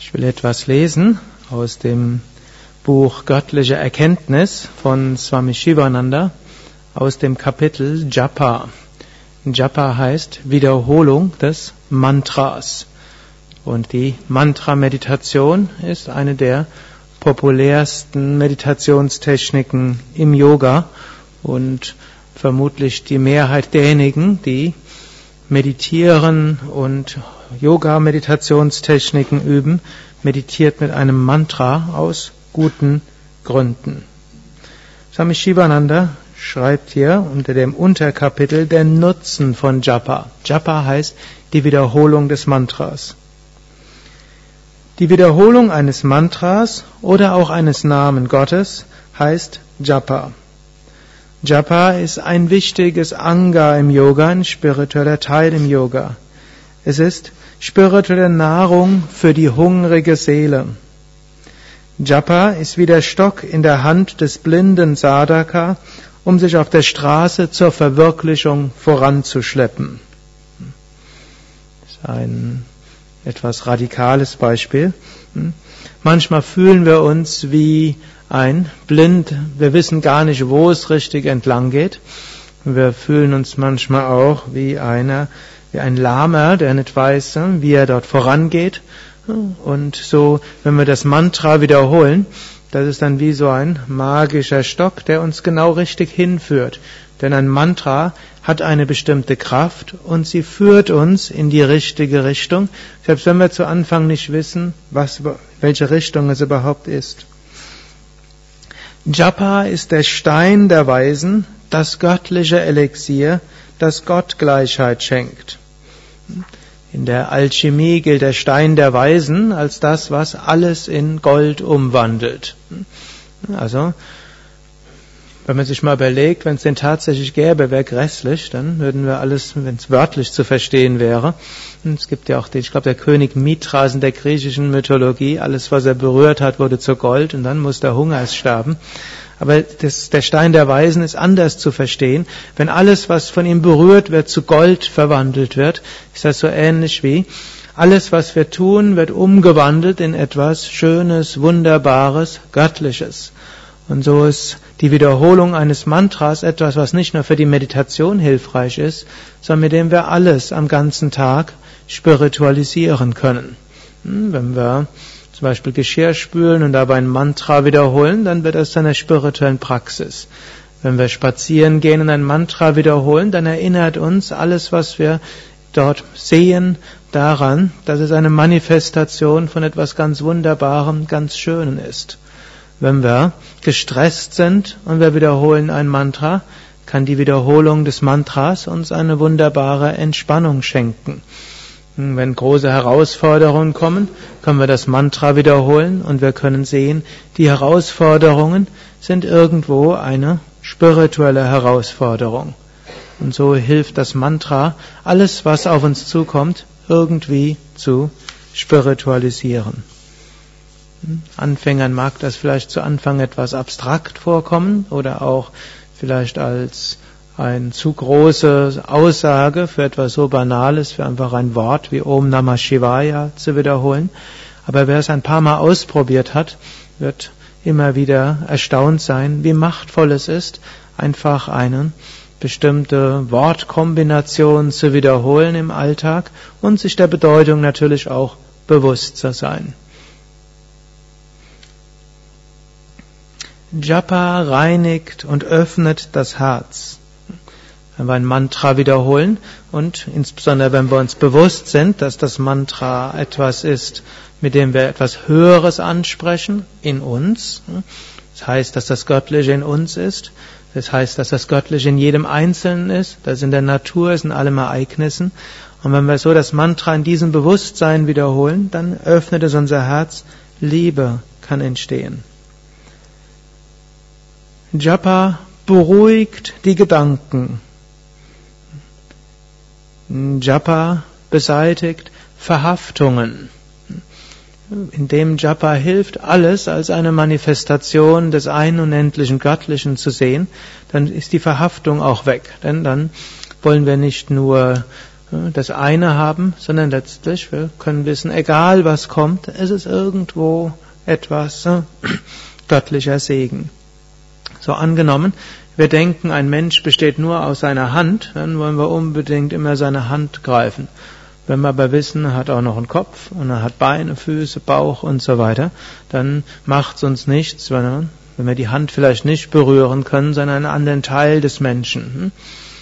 Ich will etwas lesen aus dem Buch Göttliche Erkenntnis von Swami Shivananda aus dem Kapitel Japa. Japa heißt Wiederholung des Mantras. Und die Mantra-Meditation ist eine der populärsten Meditationstechniken im Yoga und vermutlich die Mehrheit derjenigen, die meditieren und Yoga-Meditationstechniken üben, meditiert mit einem Mantra aus guten Gründen. Swami Shivananda schreibt hier unter dem Unterkapitel der Nutzen von Japa. Japa heißt die Wiederholung des Mantras. Die Wiederholung eines Mantras oder auch eines Namen Gottes heißt Japa. Japa ist ein wichtiges Anga im Yoga, ein spiritueller Teil im Yoga. Es ist spirituelle Nahrung für die hungrige Seele. Japa ist wie der Stock in der Hand des blinden Sadhaka, um sich auf der Straße zur Verwirklichung voranzuschleppen. Das ist ein etwas radikales Beispiel. Manchmal fühlen wir uns wie ein Blind, wir wissen gar nicht, wo es richtig entlang geht. Wir fühlen uns manchmal auch wie ein Lahmer, der nicht weiß, wie er dort vorangeht. Und so, wenn wir das Mantra wiederholen, das ist dann wie so ein magischer Stock, der uns genau richtig hinführt. Denn ein Mantra hat eine bestimmte Kraft und sie führt uns in die richtige Richtung, selbst wenn wir zu Anfang nicht wissen, welche Richtung es überhaupt ist. Japa ist der Stein der Weisen, das göttliche Elixier, das Gott Gleichheit schenkt. In der Alchemie gilt der Stein der Weisen als das, was alles in Gold umwandelt. Also, wenn man sich mal überlegt, wenn es den tatsächlich gäbe, wäre grässlich, dann würden wir alles, wenn es wörtlich zu verstehen wäre. Und es gibt ja auch, ich glaube, der König Mithras in der griechischen Mythologie, alles, was er berührt hat, wurde zu Gold und dann muss der Hunger erst sterben. Aber der Stein der Weisen ist anders zu verstehen. Wenn alles, was von ihm berührt wird, zu Gold verwandelt wird, ist das so ähnlich wie alles, was wir tun, wird umgewandelt in etwas Schönes, Wunderbares, Göttliches. Und so ist die Wiederholung eines Mantras etwas, was nicht nur für die Meditation hilfreich ist, sondern mit dem wir alles am ganzen Tag spiritualisieren können. Wenn wir zum Beispiel Geschirr spülen und dabei ein Mantra wiederholen, dann wird das zu einer spirituellen Praxis. Wenn wir spazieren gehen und ein Mantra wiederholen, dann erinnert uns alles, was wir dort sehen, daran, dass es eine Manifestation von etwas ganz Wunderbarem, ganz Schönem ist. Wenn wir gestresst sind und wir wiederholen ein Mantra, kann die Wiederholung des Mantras uns eine wunderbare Entspannung schenken. Wenn große Herausforderungen kommen, können wir das Mantra wiederholen und wir können sehen, die Herausforderungen sind irgendwo eine spirituelle Herausforderung. Und so hilft das Mantra, alles, was auf uns zukommt, irgendwie zu spiritualisieren. Anfängern mag das vielleicht zu Anfang etwas abstrakt vorkommen oder auch vielleicht als eine zu große Aussage für etwas so Banales, für einfach ein Wort wie Om Namah Shivaya zu wiederholen. Aber wer es ein paar Mal ausprobiert hat, wird immer wieder erstaunt sein, wie machtvoll es ist, einfach eine bestimmte Wortkombination zu wiederholen im Alltag und sich der Bedeutung natürlich auch bewusst zu sein. Japa reinigt und öffnet das Herz. Wenn wir ein Mantra wiederholen und insbesondere wenn wir uns bewusst sind, dass das Mantra etwas ist, mit dem wir etwas Höheres ansprechen in uns, das heißt, dass das Göttliche in uns ist, das heißt, dass das Göttliche in jedem Einzelnen ist, das in der Natur ist, in allen Ereignissen. Und wenn wir so das Mantra in diesem Bewusstsein wiederholen, dann öffnet es unser Herz, Liebe kann entstehen. Japa beruhigt die Gedanken. Japa beseitigt Verhaftungen. Indem Japa hilft, alles als eine Manifestation des einen unendlichen Göttlichen zu sehen, dann ist die Verhaftung auch weg. Denn dann wollen wir nicht nur das eine haben, sondern letztlich wir können wissen, egal was kommt, es ist irgendwo etwas göttlicher Segen. So angenommen, wir denken, ein Mensch besteht nur aus seiner Hand, dann wollen wir unbedingt immer seine Hand greifen. Wenn wir aber wissen, er hat auch noch einen Kopf und er hat Beine, Füße, Bauch und so weiter, dann macht es uns nichts, wenn wir die Hand vielleicht nicht berühren können, sondern einen anderen Teil des Menschen.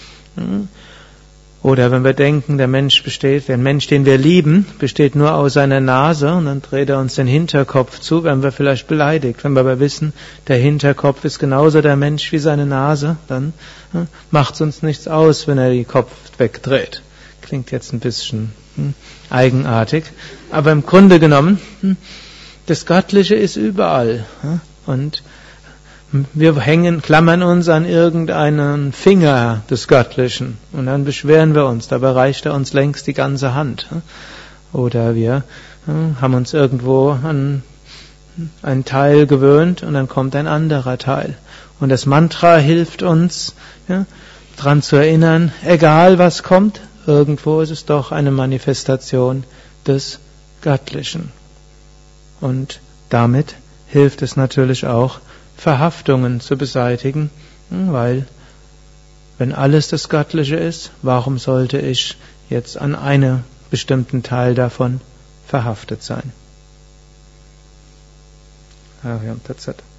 Oder wenn wir denken, der Mensch den wir lieben, besteht nur aus seiner Nase und dann dreht er uns den Hinterkopf zu, werden wir vielleicht beleidigt. Wenn wir aber wissen, der Hinterkopf ist genauso der Mensch wie seine Nase, dann macht es uns nichts aus, wenn er den Kopf wegdreht. Klingt jetzt ein bisschen eigenartig, aber im Grunde genommen, das Göttliche ist überall. Und wir klammern uns an irgendeinen Finger des Göttlichen und dann beschweren wir uns, dabei reicht er uns längst die ganze Hand. Oder wir haben uns irgendwo an einen Teil gewöhnt und dann kommt ein anderer Teil. Und das Mantra hilft uns, daran zu erinnern, egal was kommt, irgendwo ist es doch eine Manifestation des Göttlichen. Und damit hilft es natürlich auch, Verhaftungen zu beseitigen, weil wenn alles das Göttliche ist, warum sollte ich jetzt an einem bestimmten Teil davon verhaftet sein? Ariam Tat Sat.